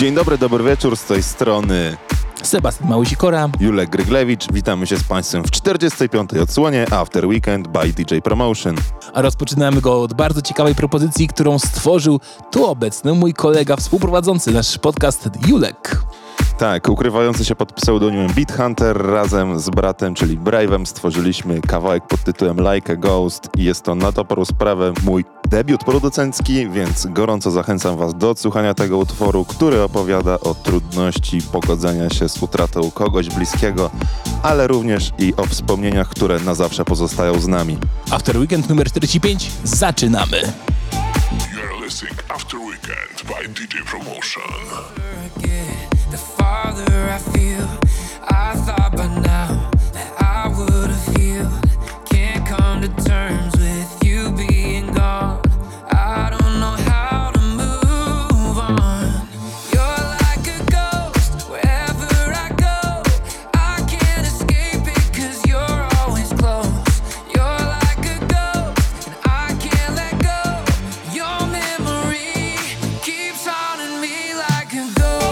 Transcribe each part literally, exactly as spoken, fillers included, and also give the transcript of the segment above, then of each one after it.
Dzień dobry, dobry wieczór, z tej strony Sebastian Małysikora, Julek Gryglewicz. Witamy się z Państwem w czterdziestej piątej odsłonie After Weekend by D J Promotion. A rozpoczynamy go od bardzo ciekawej propozycji, którą stworzył tu obecny mój kolega współprowadzący nasz podcast Julek. Tak, ukrywający się pod pseudonimem Beat Hunter, razem z bratem, czyli Brave'em, stworzyliśmy kawałek pod tytułem Like a Ghost i jest to na dobrą sprawę mój debiut producencki, więc gorąco zachęcam Was do odsłuchania tego utworu, który opowiada o trudności pogodzenia się z utratą kogoś bliskiego, ale również i o wspomnieniach, które na zawsze pozostają z nami. After Weekend numer czterdzieści pięć, zaczynamy! You're listening After Weekend by D J Promotion. The farther I feel, I thought by now that I would have healed. Can't come to terms with you being gone. I don't know how to move on. You're like a ghost wherever I go. I can't escape it 'cause you're always close. You're like a ghost and I can't let go. Your memory keeps haunting me like a ghost.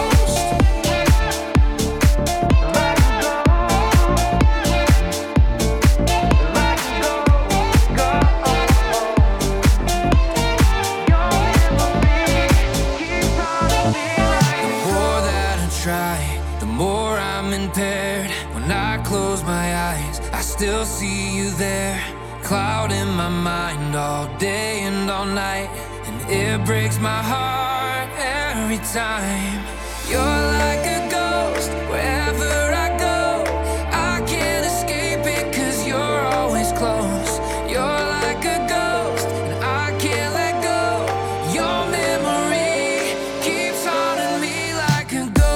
Still see you there, cloud in my mind all day and all night, and it breaks my heart every time. You're like a ghost wherever I go. I can't escape it 'cause you're always close. You're like a ghost and I can't let go. Your memory keeps haunting me like a ghost.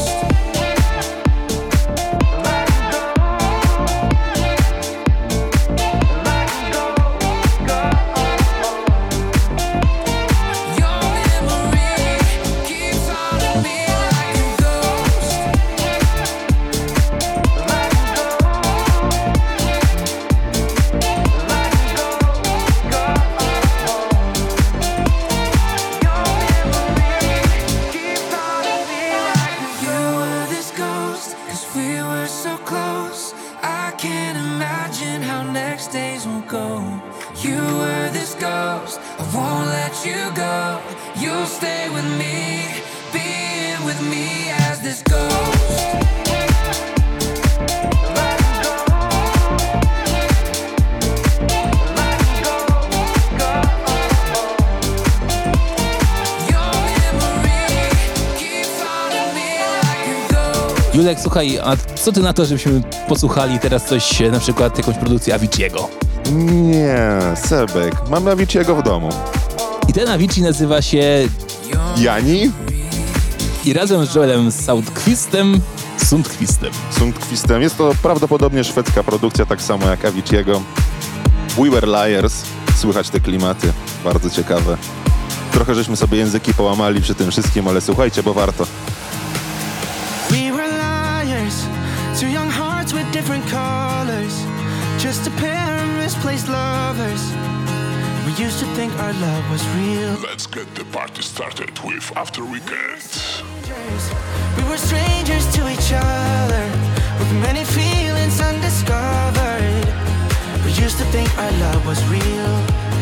Julek, słuchaj, a co ty na to, żebyśmy posłuchali teraz coś, na przykład jakąś produkcję Avicii'ego? Nie, Sebek, mamy Avicii'ego w domu. I ten Avicii nazywa się Jani? i razem z Joelem Sundqvistem, Sundqvistem. Sundqvistem. Jest to prawdopodobnie szwedzka produkcja, tak samo jak Avicii'ego. We Were Liars. Słychać te klimaty. Bardzo ciekawe. Trochę żeśmy sobie języki połamali przy tym wszystkim, ale słuchajcie, bo warto. We were liars, two young hearts with different colors, just a pair of misplaced lovers. We used to think our love was real. Let's get the party started with After Weekend. We were strangers to each other, with many feelings undiscovered. We used to think our love was real.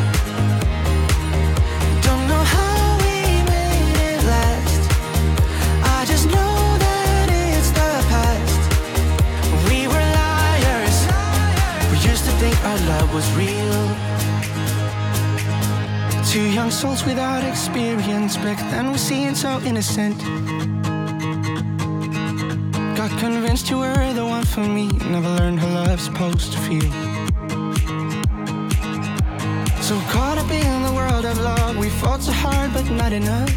Don't know how we made it last. I just know that it's the past. We were liars. We used to think our love was real. Two young souls without experience. Back then we seemed so innocent. Got convinced you were the one for me. Never learned how love's supposed to feel. So caught up in the world of love, we fought so hard but not enough.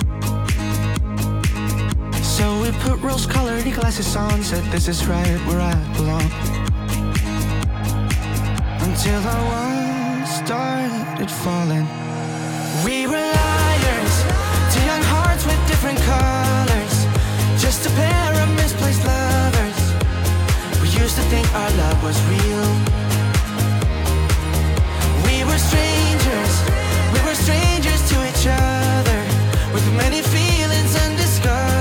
So we put rose-colored glasses on, said this is right where I belong. Until our walls started falling. We were liars, two young hearts with different colors, just a pair of misplaced lovers. We used to think our love was real. We were strangers, we were strangers to each other, with many feelings undiscovered.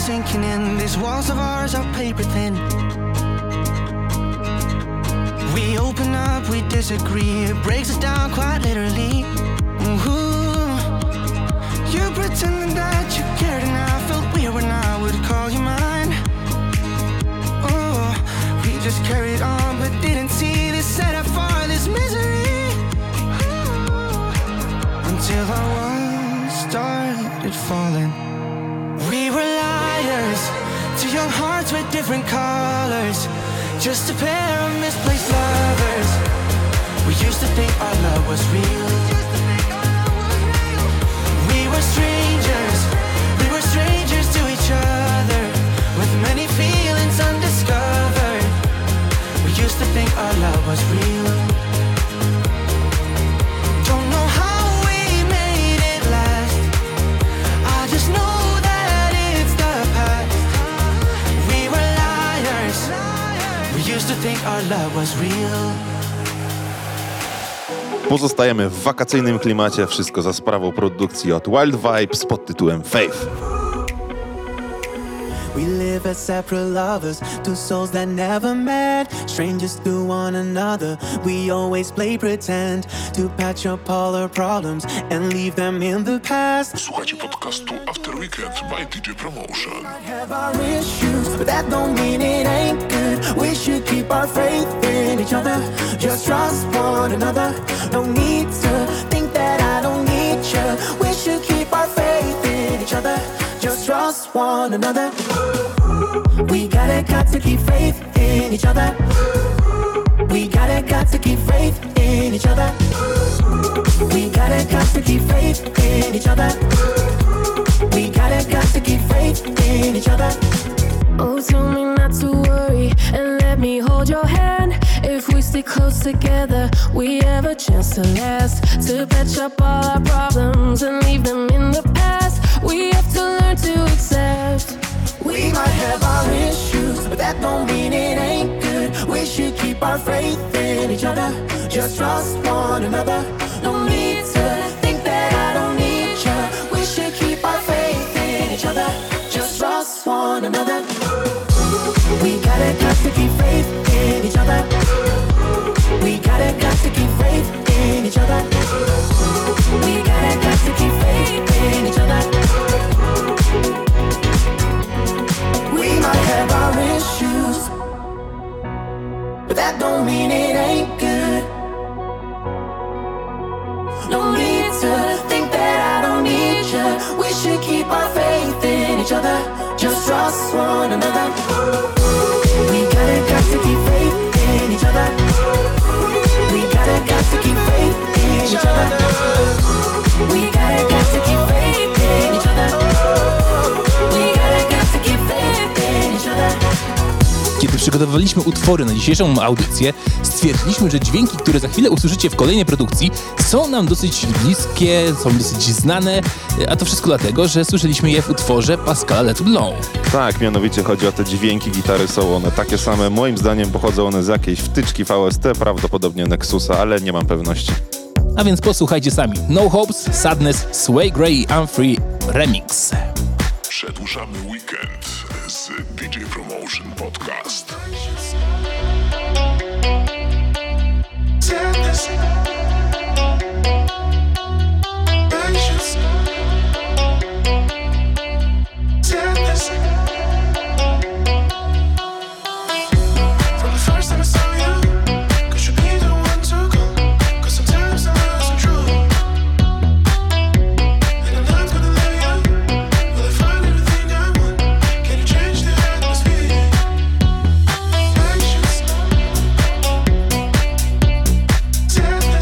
sinking in. These walls of ours are paper thin. We open up, we disagree. It breaks us down quite literally. Ooh, you pretending that you cared and I felt weird when I would call you mine. Oh, we just carried on but didn't see this setup for this misery. Until our walls started falling. We were liars, two young hearts with different colors. Just a pair of misplaced lovers. We used to think our love was real. We were strangers, we were strangers to each other, with many feelings undiscovered. We used to think our love was real. Don't know how we made it last. I just know that it's the past. We were liars. We used to think our love was real. Pozostajemy w wakacyjnym klimacie, wszystko za sprawą produkcji od Wild Vibes pod tytułem Faith. We live as separate lovers, two souls that never met, strangers to one another. We always play pretend to patch up all our problems and leave them in the past. Słuchajcie podcastu After Weekend by D J Promotion. Have our issues, but that don't mean it ain't good. We should keep our faith in each other. Just trust one another. No need to think that I don't need you. We should keep our faith in each other. Just trust one another. We gotta got to keep faith in each other. We gotta got to keep faith in each other. We gotta got to keep faith in each other. We gotta got to keep faith in each other. Oh, tell me not to worry and let me hold your hand. If we stay close together, we have a chance to last. To patch up all our problems and leave them in the past. We have to learn to accept. We might have our issues, but that don't mean it ain't good. We should keep our faith in each other. Just trust one another. No need to think that I don't need you. We should keep our faith in each other. Just trust one another. We gotta got to keep faith in each other. We gotta got to keep faith in each other. We gotta got to keep faith in each other. We might have our issues, but that don't mean it ain't good. No need to think that I don't need you. We should keep our faith in each other. Just trust one another. We gotta got to keep faith in each other. We gotta got to keep faith in each other. We gotta got to keep faith in each other. We gotta got to keep faith in each other. Kiedy przygotowywaliśmy utwory na dzisiejszą audycję, stwierdziliśmy, że dźwięki, które za chwilę usłyszycie w kolejnej produkcji, są nam dosyć bliskie, są dosyć znane, a to wszystko dlatego, że słyszeliśmy je w utworze Pascala Let It Blow. Tak, mianowicie chodzi o te dźwięki gitary, są one takie same. Moim zdaniem pochodzą one z jakiejś wtyczki V S T, prawdopodobnie Nexusa, ale nie mam pewności. A więc posłuchajcie sami. No Hopes, Sadness, Sway Gray i Humphrey Remix. Przedłużamy weekend z D J Promotion Podcast. Sadness. Anxious. Sadness. From the first time I saw you, could you be the one to go? 'Cause sometimes I wasn't true. And I'm not gonna let you. Will I find everything I want? Can you change the atmosphere? Anxious. Sadness.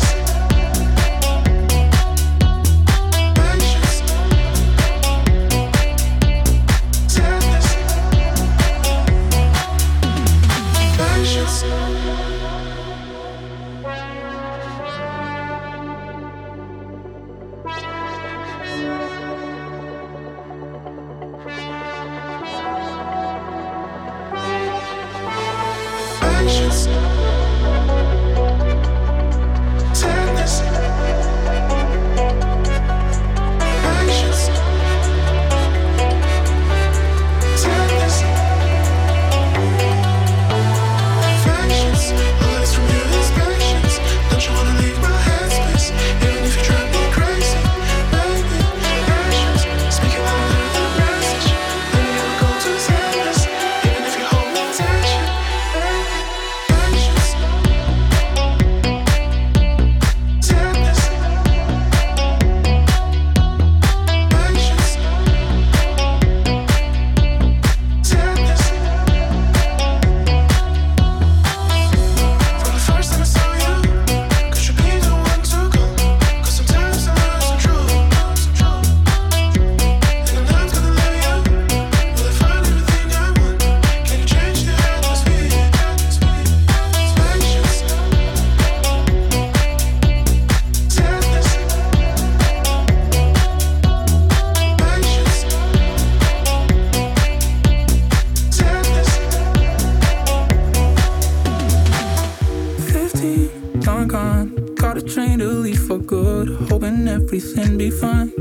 train to leave for good, hoping everything be fine.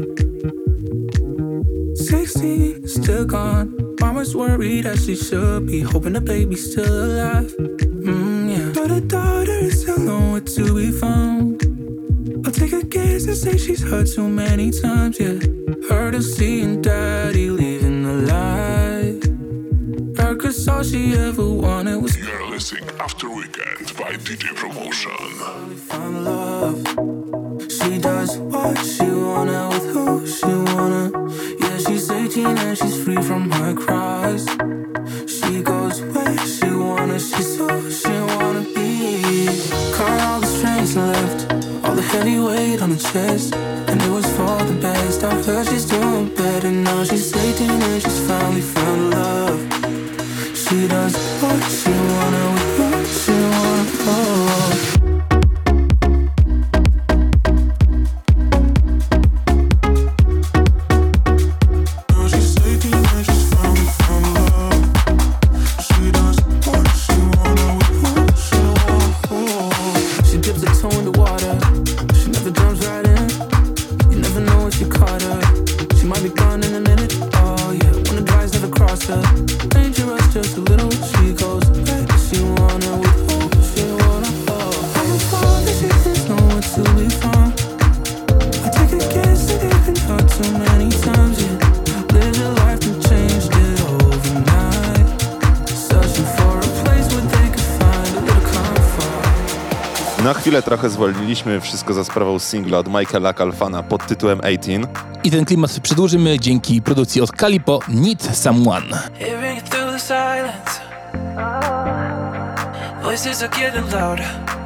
Sixteen, still gone. Mama's worried as she should be, hoping the baby's still alive. Mm, yeah. But her daughter is still nowhere to be found. I'll take a guess and say she's heard too many times, yeah. Heard her seeing daddy leaving alive. Her 'cause all she ever wanted was You're listening After Weekend by D J Promotion. find love. She does what she wanna with who she wanna. Yeah, she's eighteen and she's free from her cries. She goes where she wanna, she's who she wanna be. Cut all the strings left, all the heavy weight on her chest, and it was for the best. I heard she's doing better now. She's eighteen and she's finally found love. She does what she wanna with what she wanna. Oh. Na chwilę trochę zwolniliśmy, wszystko za sprawą singla od Michaela Calfana pod tytułem osiemnaście. I ten klimat przedłużymy dzięki produkcji od Kalipo Need Someone. Hearing it through the silence, voices are getting louder.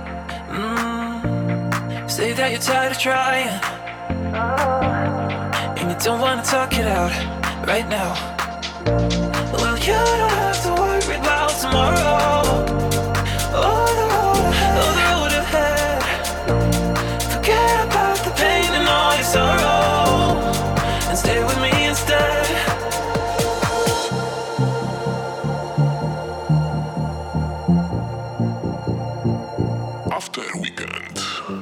Mm. Say that you're tired of trying, and you don't wanna talk it out right now. Well, you don't have to worry about tomorrow. Oh, the road, oh, the road ahead. Forget about the pain and all your sorrow, and stay with me instead. After Weekend.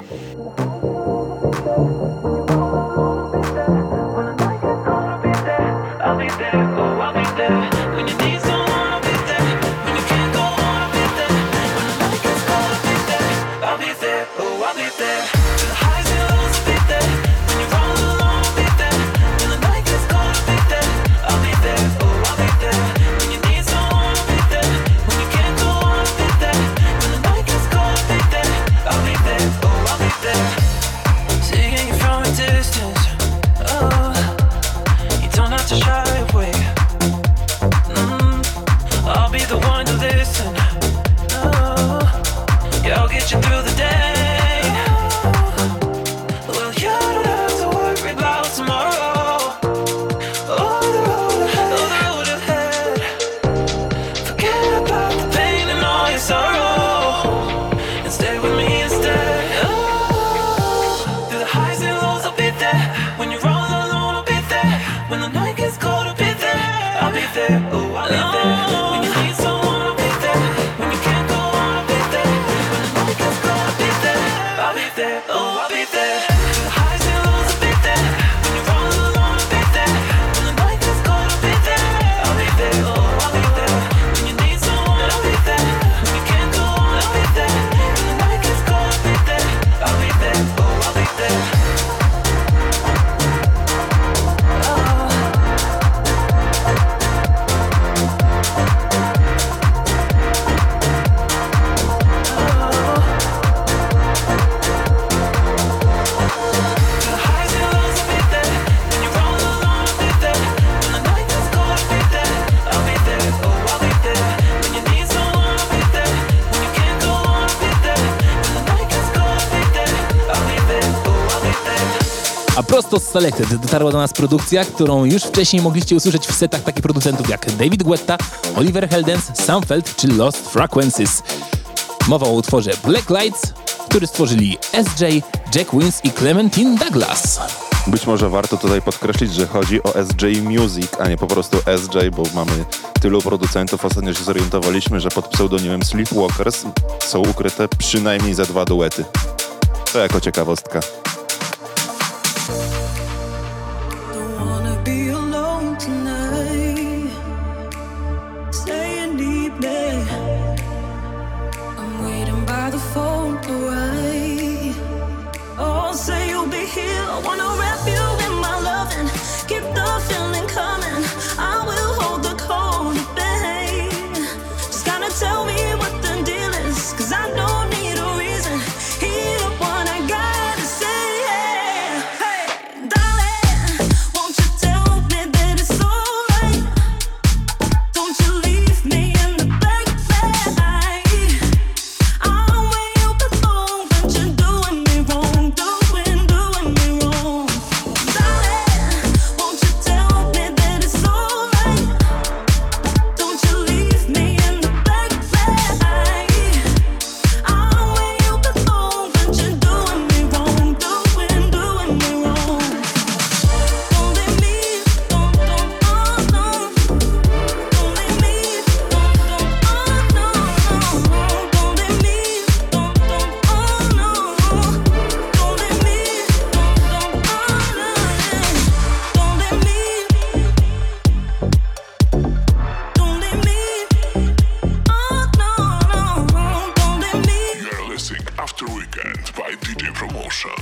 I'll be there, oh, I'll be there. When you need someone, I'll be there. When you can't go on, I'll be there. When the night gets cold, I'll be there. I'll be there, oh, I'll be there. Through the highs and lows, I'll be there. When you're all alone, I'll be there. When the night gets cold, I'll be there. I'll be there, oh, I'll be there. When you need someone, I'll be there. When you can't go on, I'll be there. When the night gets cold, I'll be there. I'll be there, oh, I'll be there. Seeing you from a distance, oh, you don't have to shy away. Mm, I'll be the one to listen. Oh, yeah, I'll get you through the day. Well, you don't have to worry about tomorrow. Oh, the road ahead, oh, the road ahead. Forget about the pain and all your sorrow, and stay with me instead. Oh, through the highs and lows, I'll be there. When you're all alone, I'll be there. When the night gets cold, I'll be there. I'll be there. Oh, I'll be there. When you need someone, I'll be there. When you can't go on, I'll be there. When the night gets cold, I'll be there. I'll be there. Oh, I'll be there. Through the highs and lows, I'll be there. When you're all alone, I'll be there. When the night gets cold, I'll be there. I'll be there. Oh, I'll be there. When you need someone, I'll be there. When you can't go on, I'll be there. When the night gets cold, I'll be there. I'll be there. Oh, I'll be there. A prosto z Selected dotarła do nas produkcja, którą już wcześniej mogliście usłyszeć w setach takich producentów jak David Guetta, Oliver Heldens, Sam Feld czy Lost Frequencies. Mowa o utworze Black Lights, który stworzyli S J, Jack Wins i Clementine Douglas. Być może warto tutaj podkreślić, że chodzi o S J Music, a nie po prostu S J, bo mamy tylu producentów. Ostatnio się zorientowaliśmy, że pod pseudonimem Sleepwalkers są ukryte przynajmniej za dwa duety. To jako ciekawostka. Don't wanna be alone tonight. Say you need me. I'm waiting by the phone to write. Oh, say you'll be here. I wanna wrap you in my loving. Keep the feeling coming. I will hold the cold pain. Just gotta tell me what the deal is, 'cause I don't need a reason. Hear what I gotta say. Hey, darling, won't you tell me that it's alright? Don't you leave me in the black light. I'm way up alone, but you're doing me wrong, doing, doing me wrong. Darling, won't you tell me that it's alright? Don't you leave me in the black light. I'm way up alone, but you're doing me wrong, doing, doing me wrong. Don't leave me, don't, don't, oh no. Don't leave me, don't, don't, oh no, no. Don't leave me, don't, don't, oh no. Don't leave me, don't, don't, oh no. Don't leave me, don't leave me, oh no, no. Don't leave me. You're listening After Weekend by D J Promotion.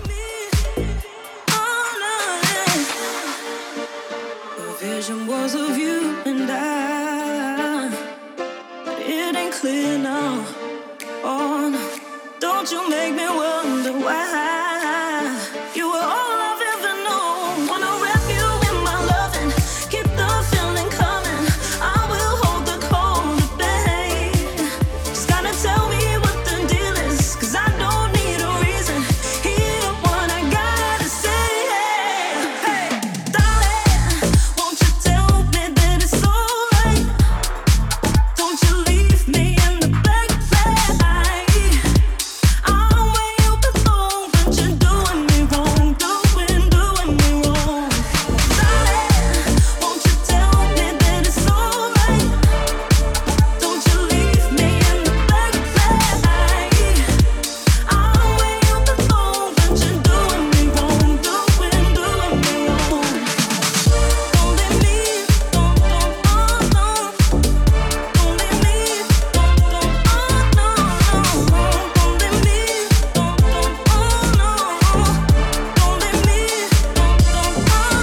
The vision was of you and I, but it ain't clear now. Oh no, don't you make me wonder why. You were all I've ever known. Wanna wrap you in my loving, keep the feeling coming. I will hold the cold pain. Just gotta tell me what the deal is, 'cause I don't need a reason. Hear what I gotta say. Hey, darling, won't you tell me that it's alright? Don't you leave me in the black light. I'm way up alone, but you're doing me wrong, doing, doing me wrong. Darling, won't you tell me that it's alright? Don't you leave me in the black light. I'm way up alone, but you're doing me wrong, doing, doing me wrong. Don't leave me, don't, don't, oh no. Don't leave me, don't, don't, oh no, no. Don't leave me, don't, don't, oh no. Don't leave me, don't,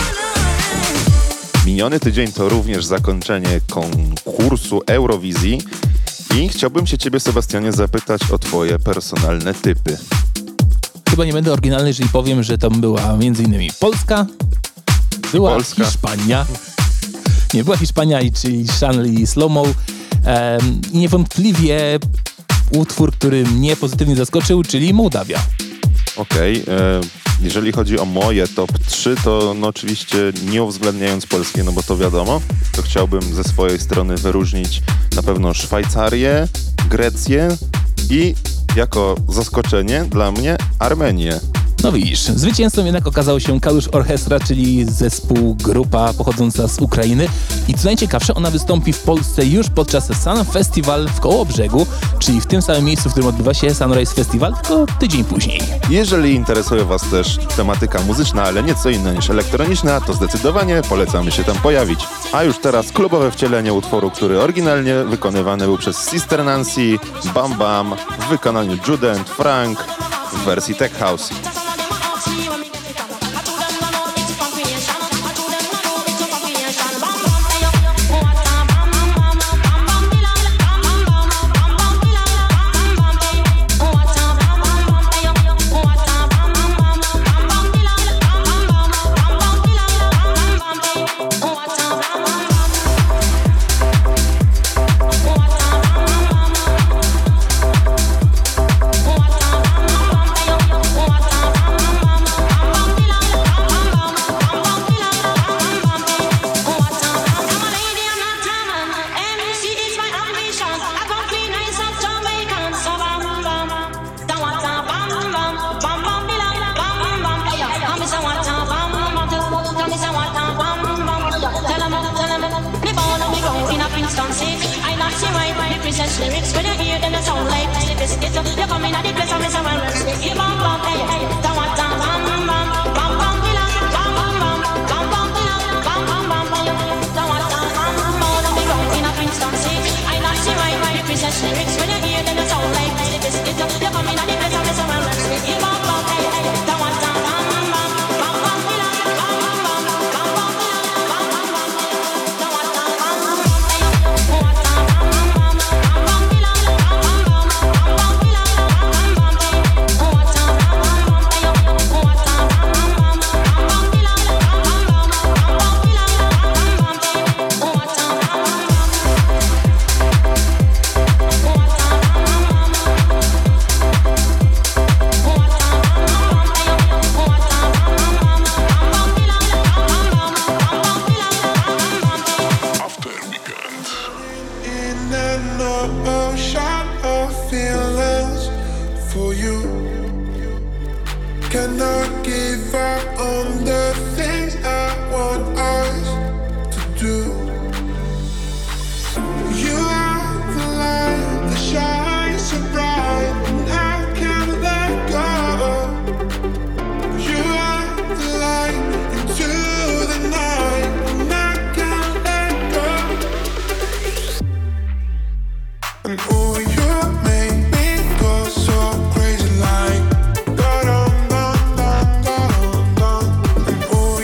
don't, oh no. Miniony tydzień to również zakończenie konkursu Eurowizji i chciałbym się ciebie, Sebastianie, zapytać o twoje personalne typy. Chyba nie będę oryginalny, jeżeli powiem, że tam była między innymi Polska, była Polska. Hiszpania, nie była Hiszpania, i- czyli Shanley Slow-Mo em, i niewątpliwie utwór, który mnie pozytywnie zaskoczył, czyli Mołdawia. Okej, e, jeżeli chodzi o moje top trzy, to no oczywiście nie uwzględniając Polski, no bo to wiadomo, to chciałbym ze swojej strony wyróżnić na pewno Szwajcarię, Grecję i jako zaskoczenie dla mnie Armenię. No widzisz, zwycięzcą jednak okazał się Kalush Orchestra, czyli zespół, grupa pochodząca z Ukrainy. I co najciekawsze, ona wystąpi w Polsce już podczas Sun Festival w Kołobrzegu, czyli w tym samym miejscu, w którym odbywa się Sunrise Festival, tylko tydzień później. Jeżeli interesuje was też tematyka muzyczna, ale nieco inna niż elektroniczna, to zdecydowanie polecamy się tam pojawić. A już teraz klubowe wcielenie utworu, który oryginalnie wykonywany był przez Sister Nancy, Bam Bam, w wykonaniu Jude and Frank w wersji Tech House. Lyrics, when you hear them, they sound like biscuits. You come in at the place, I'm Cannot give up on the things I want us to do. You are the light that shines so bright, and I can't let go. You are the light into the night, and I can't let go. And oh, you make me go so crazy like. And oh,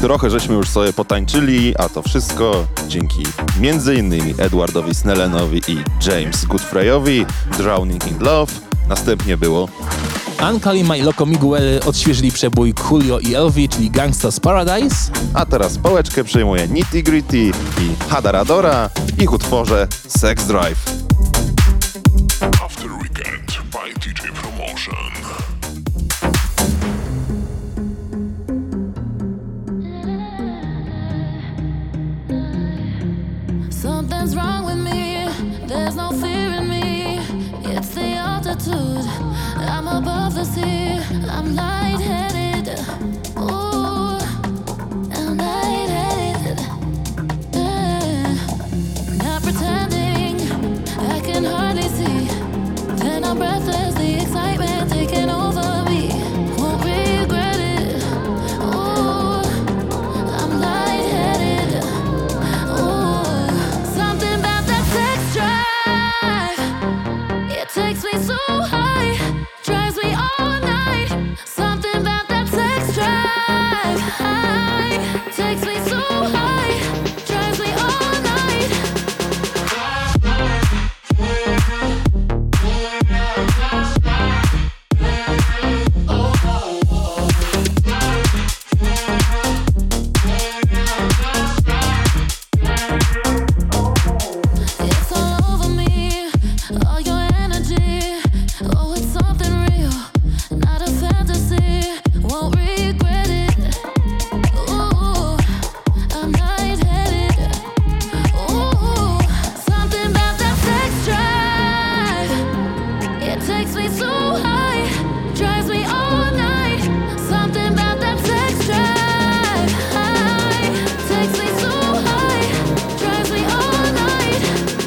Trochę żeśmy już sobie potańczyli, a to wszystko dzięki między innymi Edwardowi Snellenowi i James Godfreyowi, Drowning in Love. Następnie było Ankali i Loco Miguel odświeżyli przebój Coolio i L V, czyli Gangsta's Paradise. a teraz pałeczkę przejmuje Nitty Gritty i Hadaradora, ich utworze Sex Drive. After Weekend by D J Promotion. Something's wrong with me, there's no fear in me. It's the altitude, I'm above the sea. I'm lightheaded, ooh, I'm lightheaded. Yeah. Not pretending, I can hardly see. Then I'm breathless, the excitement taking over me. Won't regret it, ooh, I'm lightheaded. Ooh, something about that sex drive. It takes me so high, drives me all night. Something about that sex drive. High, takes me so high, drives me all night. It's all over me, all your energy. Oh, it's something real, not a fantasy. Won't regret it. Ooh, I'm lightheaded. Ooh, something about that sex drive. It takes me so high, drives me all night. Something about that sex drive. High, takes me so high, drives me all night.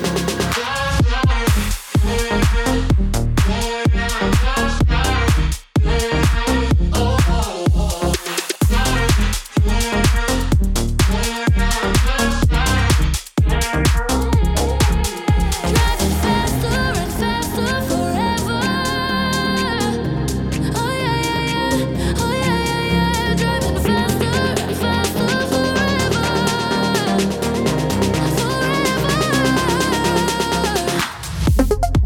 Driving faster and faster forever. Oh yeah, yeah, yeah. Oh yeah, yeah, yeah. Driving faster and faster forever. Forever.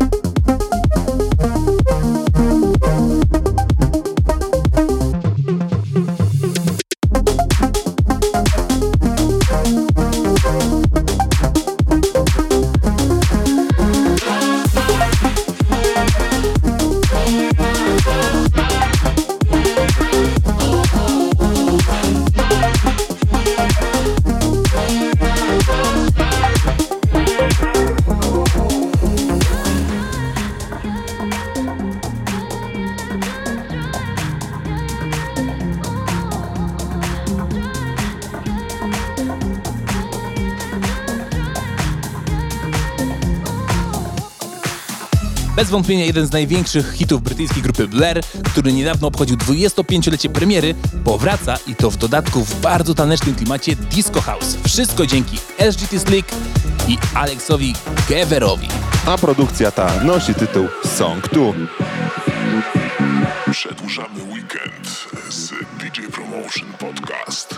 Bez wątpienia jeden z największych hitów brytyjskiej grupy Blur, który niedawno obchodził dwudziestopięciolecie premiery, powraca i to w dodatku w bardzo tanecznym klimacie disco house. Wszystko dzięki S G T Slick i Alexowi Geverowi. A produkcja ta nosi tytuł Song two. Przedłużamy weekend z D J Promotion Podcast.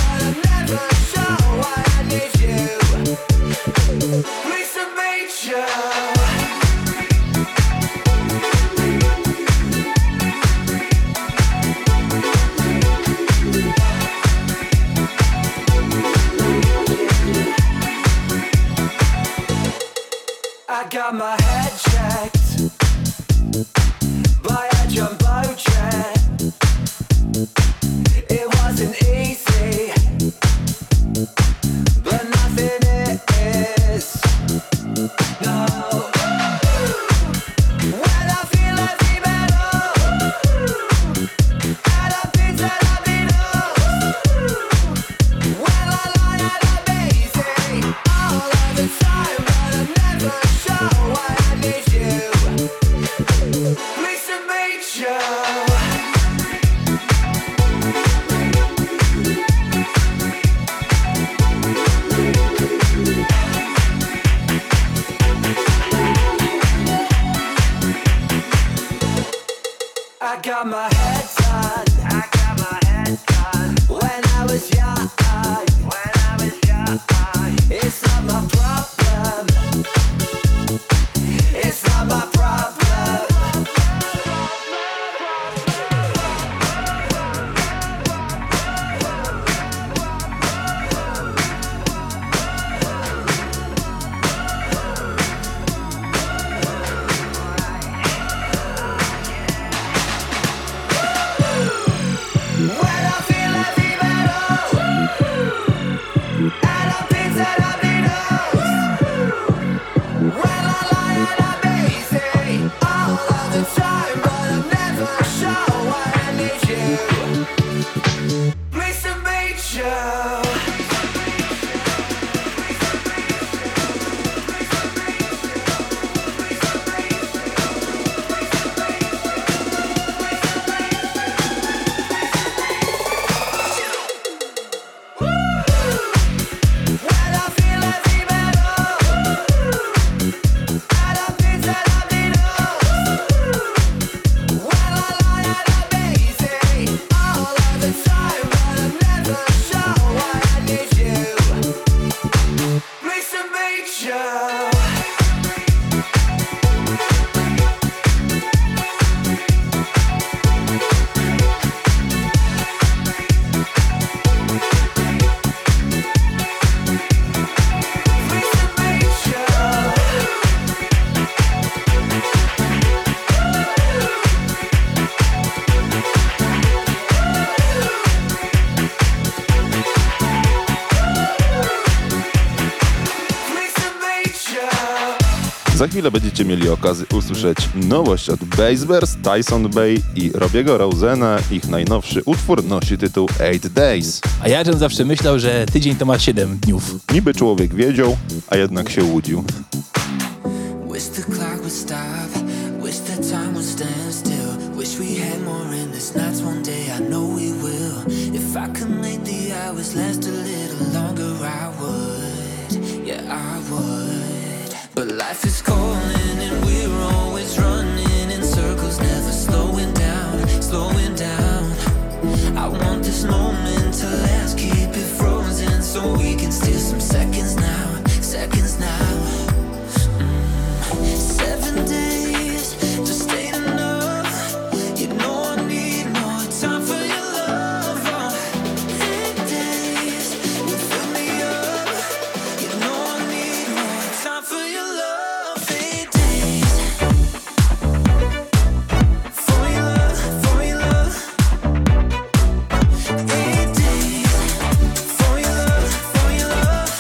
Please submit you. Za chwilę będziecie mieli okazję usłyszeć nowość od Bassburst, Tyson Bay i Robiego Rosena. Ich najnowszy utwór nosi tytuł Eight Days. A ja żem zawsze myślał, że tydzień to ma siedem dniów. Niby człowiek wiedział, a jednak się łudził. Wish the clock would stop, wish that time would stand still. Wish we had more in this nights one day, I know we will. If I could make the hours last a little longer, I would, yeah I would. But life is calling and we're always running in circles, never slowing down, slowing down. I want this moment to last, keep it frozen so we can steal some seconds now, seconds now. Seven days just ain't enough. You know I need more time for your love. Oh, eight days will fill me up. You know I need more time for your love. Eight days for your love, for your love. Eight days for your love, for your love.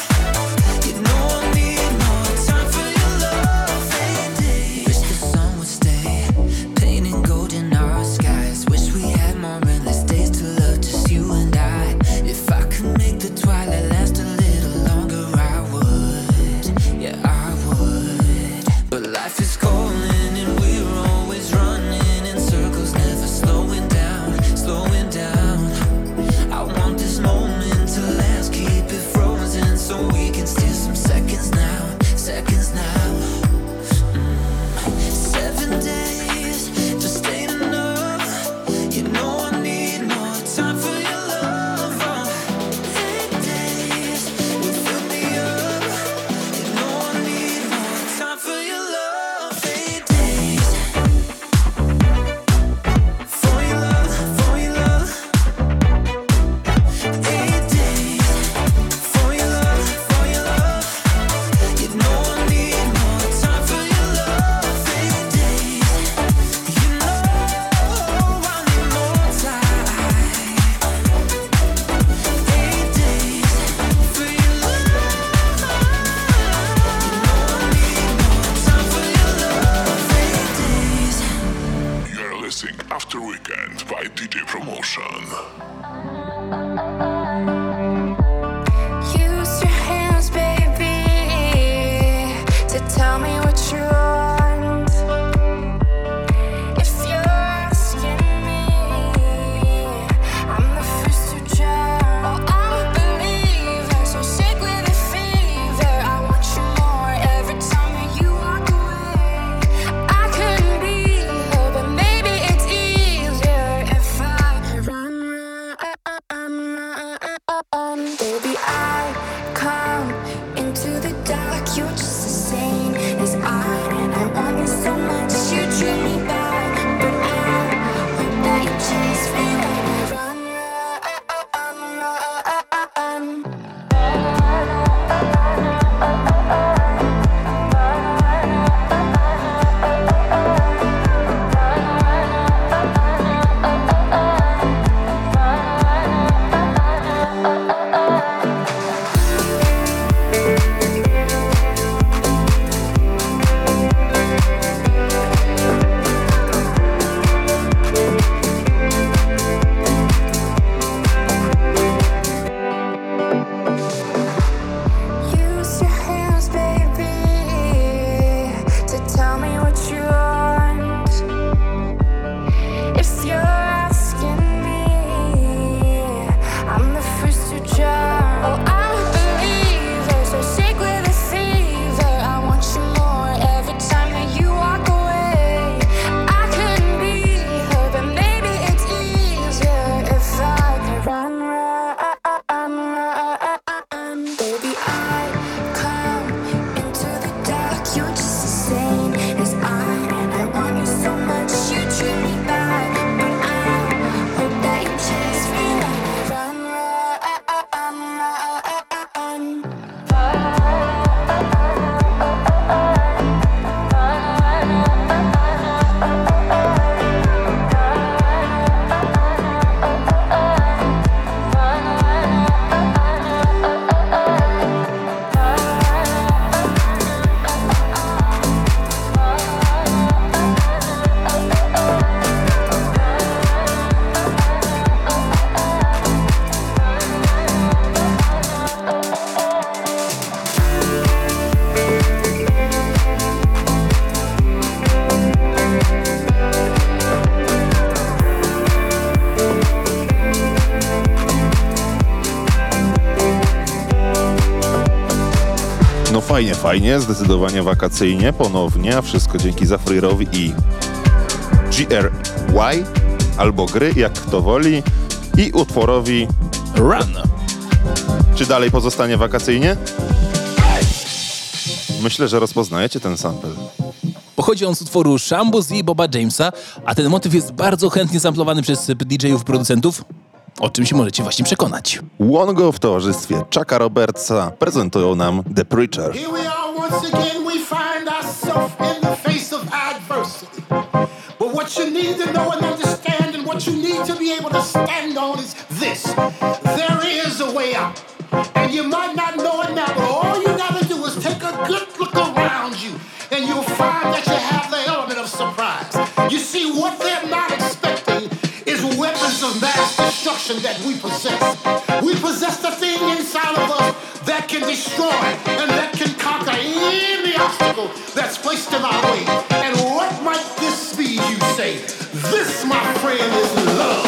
Fajnie, fajnie, zdecydowanie wakacyjnie, ponownie, a wszystko dzięki Zafrirowi i G R Y, albo gry, jak kto woli, i utworowi Run. Czy dalej pozostanie wakacyjnie? Myślę, że rozpoznajecie ten sample. Pochodzi on z utworu Shamboo i Boba Jamesa, a ten motyw jest bardzo chętnie samplowany przez D J ów producentów, o czym się możecie właśnie przekonać. Wongo w towarzystwie Chucka Robertsa prezentują nam The Preacher. Here we are once again, we find ourselves in the face of adversity. But what you need to know and understand and what you need to be able to stand on is this. There is a way out. And you might not know it now, but all you gotta do is take a good look around you and you'll find that you have the element of surprise. You see, what they're not expecting is weapons of mass destruction that we possess. We possess the thing inside of us that can destroy and that can conquer any obstacle that's placed in our way. And what might this be, you say? This, my friend, is love.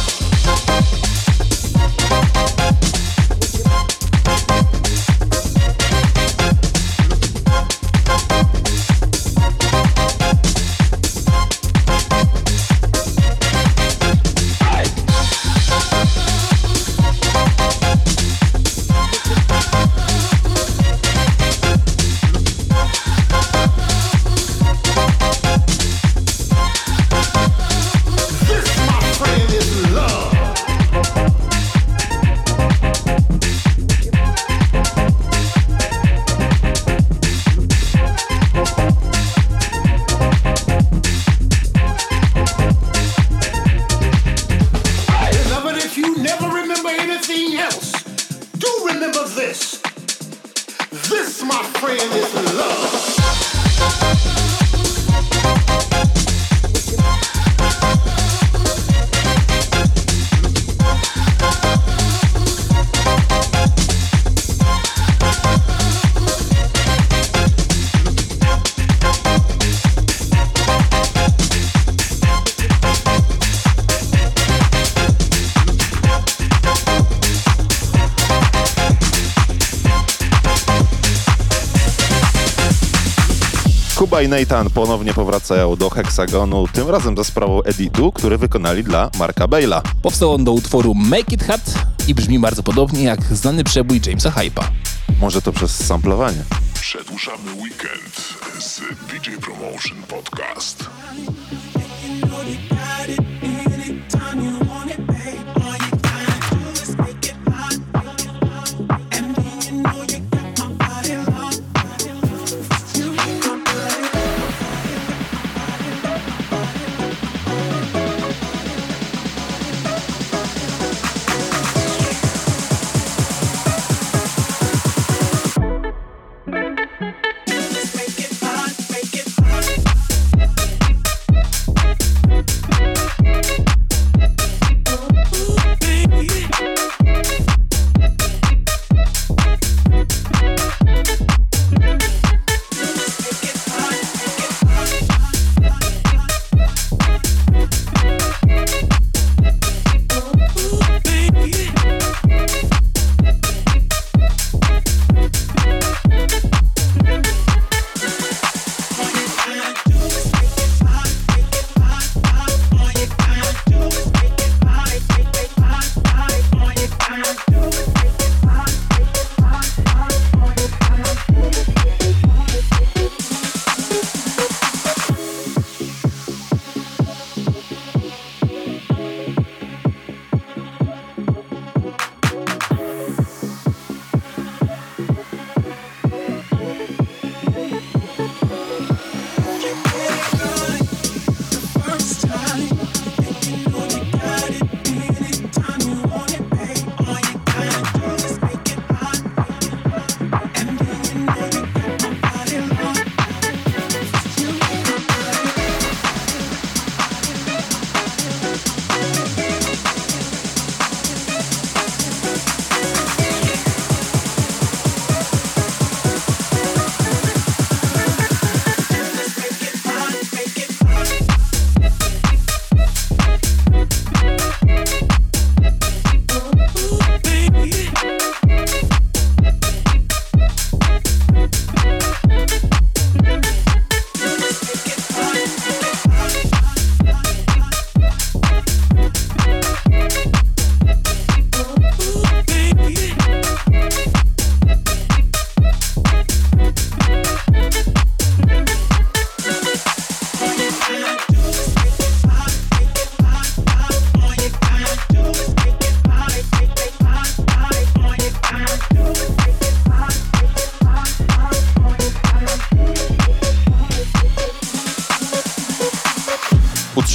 Kuba i Nathan ponownie powracają do Heksagonu, tym razem za sprawą editu, który wykonali dla Marka Bale'a. Powstał on do utworu Make It Hot i brzmi bardzo podobnie jak znany przebój Jamesa Hype'a. Może to przez samplowanie. Przedłużamy weekend z D J Promotion Podcast.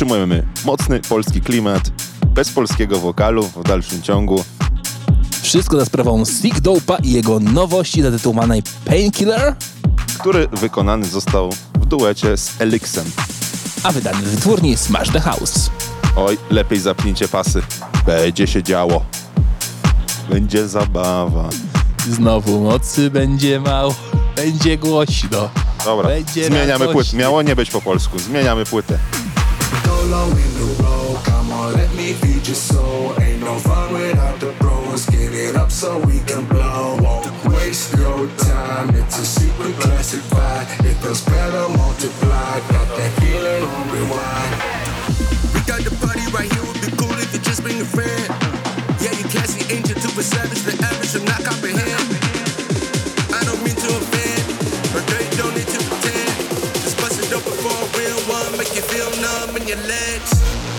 Utrzymujemy mocny polski klimat, bez polskiego wokalu w dalszym ciągu. Wszystko za sprawą Sick Dope'a i jego nowości zatytułowanej Painkiller, który wykonany został w duecie z Elixem. a wydany w wytwórni Smash the House. Oj, lepiej zapnijcie pasy. Będzie się działo. Będzie zabawa. Znowu mocy będzie mało, będzie głośno. Dobra, Będzie zmieniamy radośnie. płytę. Miało nie być po polsku. Zmieniamy płytę. Solo in the road, come on, let me feed your soul. Ain't no fun without the bros. Get it up so we can blow. Won't waste your time. It's a secret classic vibe. It feels better multiplied. Got that feeling on rewind. We got the party right here. Would be cool if you just bring a friend. Yeah, you classy angel to a savage. The average will not comprehend. I don't mean to offend, but girl, you don't need to pretend. Just bust it open for a real one. Make you feel numb in your legs.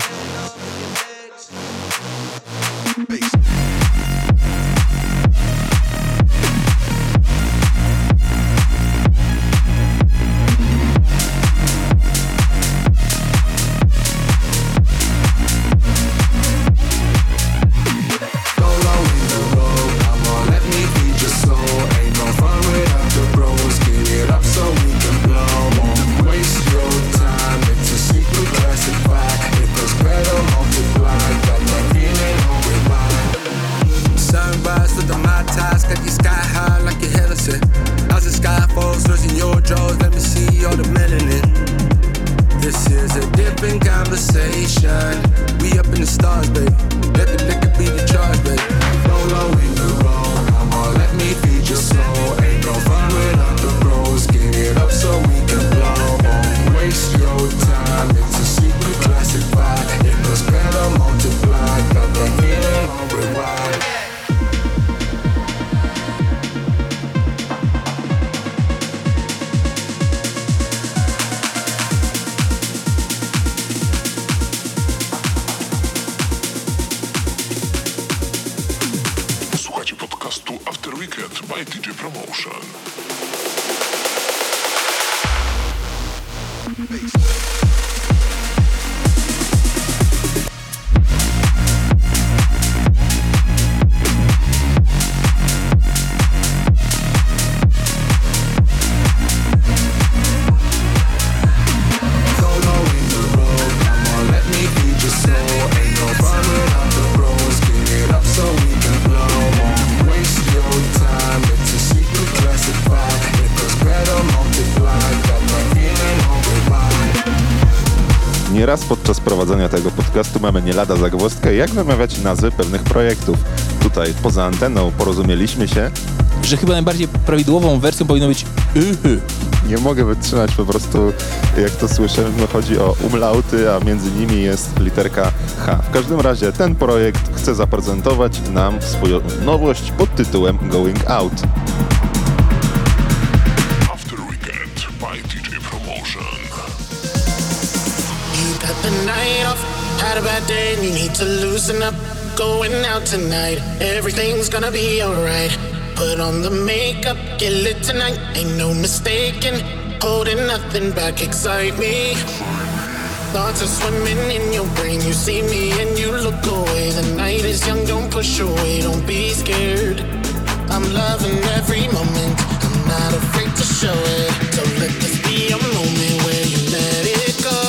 After Weekend by D J Promotion. Nieraz podczas prowadzenia tego podcastu mamy nie lada zagwozdkę, jak wymawiać nazwy pewnych projektów. Tutaj poza anteną porozumieliśmy się, że chyba najbardziej prawidłową wersją powinno być yy. Nie mogę wytrzymać po prostu, jak to słyszę, no chodzi o umlauty, a między nimi jest literka H. W każdym razie ten projekt chce zaprezentować nam swoją nowość pod tytułem Going Out. After Weekend by D J Promotion. You got the night off, had a bad day and you need to loosen up. Going out tonight, everything's gonna be alright. Put on the makeup, get lit tonight, ain't no mistaking. Holding nothing back, excite me. Thoughts are swimming in your brain, you see me and you look away. The night is young, don't push away, don't be scared. I'm loving every moment, I'm not afraid to show it. So let this be a moment where you let it go.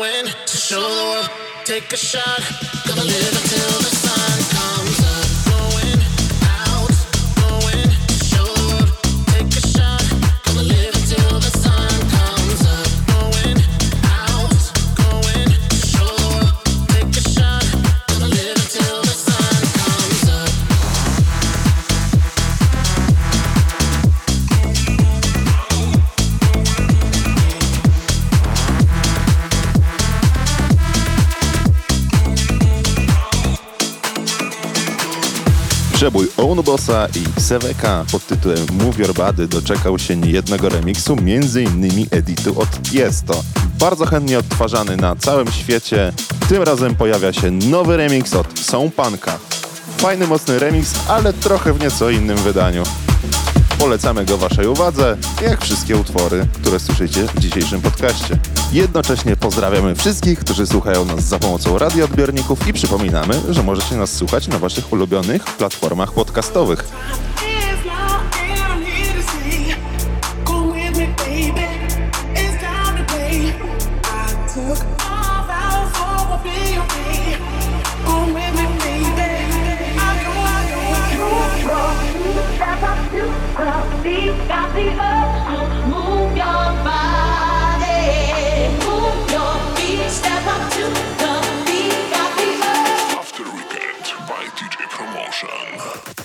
going to show the world. Take a shot. Gonna live until the sun comes up. Going out, going to show the world. Take a shot. Gonna live until the sun comes up. Going out, going to show the world. Take a shot. Gonna live until the sun comes up. Przebój Own Bossa i Seveka pod tytułem Move Your Body doczekał się niejednego remiksu, między innymi editu od Tiesto. Bardzo chętnie odtwarzany na całym świecie. Tym razem pojawia się nowy remix od Soundpunka. Fajny, mocny remix, ale trochę w nieco innym wydaniu. Polecamy go waszej uwadze, jak wszystkie utwory, które słyszycie w dzisiejszym podcaście. Jednocześnie pozdrawiamy wszystkich, którzy słuchają nas za pomocą radioodbiorników i przypominamy, że możecie nas słuchać na waszych ulubionych platformach podcastowych. Got the urge to move your body, move your feet, step up to the beat. Got the urge. After Weekend by D J Promotion.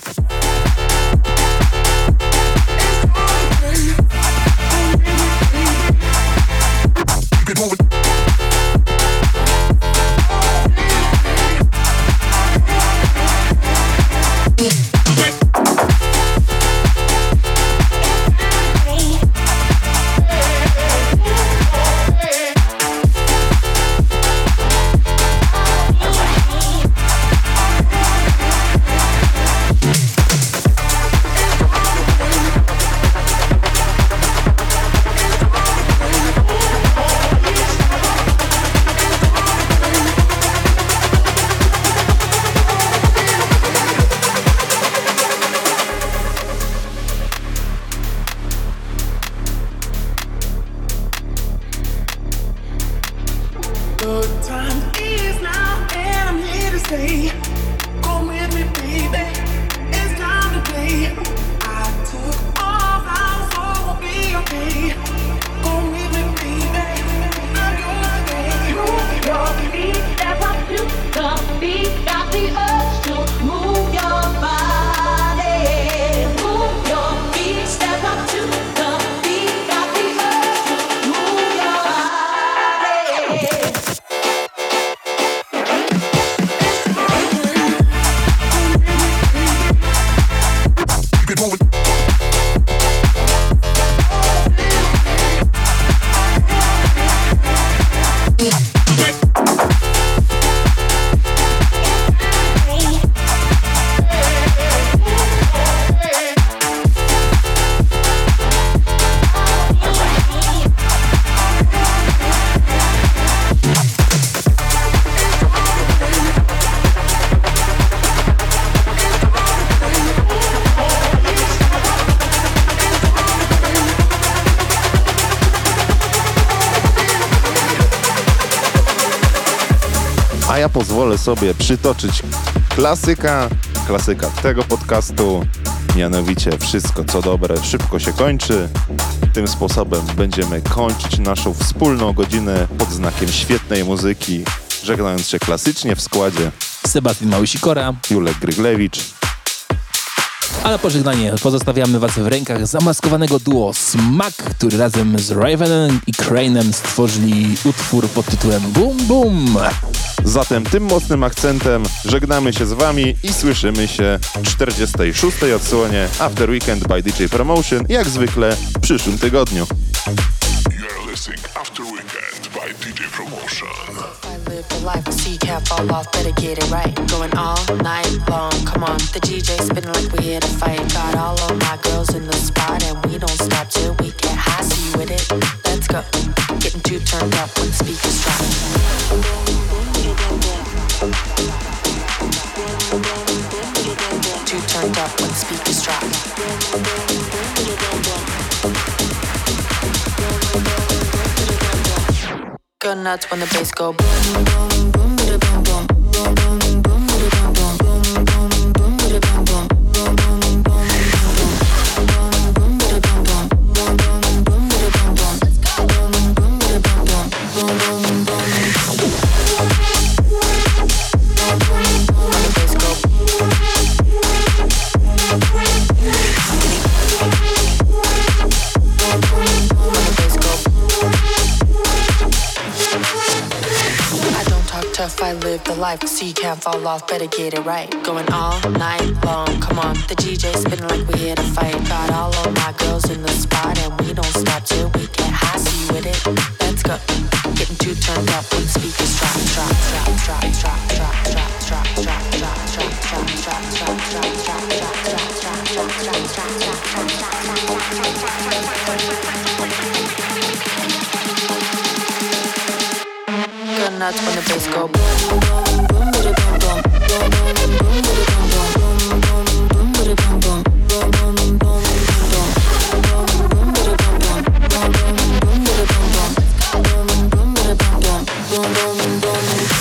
A ja pozwolę sobie przytoczyć klasyka, klasyka tego podcastu, mianowicie wszystko co dobre szybko się kończy. Tym sposobem będziemy kończyć naszą wspólną godzinę pod znakiem świetnej muzyki, żegnając się klasycznie w składzie Sebastian Małysikora, Julek Gryglewicz. A na pożegnanie pozostawiamy was w rękach zamaskowanego duo Smack, który razem z Ravenem i Crane'em stworzyli utwór pod tytułem Boom Boom. Zatem tym mocnym akcentem żegnamy się z wami i słyszymy się w czterdziestej szóstej odsłonie After Weekend by D J Promotion, jak zwykle w przyszłym tygodniu. You're listening After Weekend by D J Promotion. I live the life, see cat fall off, better get it right. Going all night long, come on. The D J spinning like we here to fight. Got all of my girls in the spot and we don't stop till we get high. See you with it, let's go. Getting too turned up when the speakers drop. Too turned up when the speakers drop. Go nuts when the bass go boom, boom, boom, bada boom, boom, boom, boom, boom, bada boom, boom, boom, boom, boom, bada boom, boom, boom, boom, boom, boom, bada boom, boom, boom, boom, boom, bada boom, boom, boom, boom, bada boom, boom, boom, boom, boom. Tough, I live the life, so you can't fall off, better get it right. Going all night long, come on, the D J spinning like we here to fight. Got all of my girls in the spot, and we don't stop till we get high, see you with it, let's go. Getting too turned up when speakers drop, drop, drop, drop, drop, drop, drop, drop, drop, drop, drop, drop, drop, drop, drop, drop, Go nuts when the bass go boom, boom, boom, bada boom, boom, boom, boom, boom, bada boom, boom, boom, boom, boom, bada boom, boom, boom, boom, boom, boom, bada boom, boom, boom, boom, boom, bada boom, boom, boom, boom, bada boom, boom, boom, boom, boom, boom.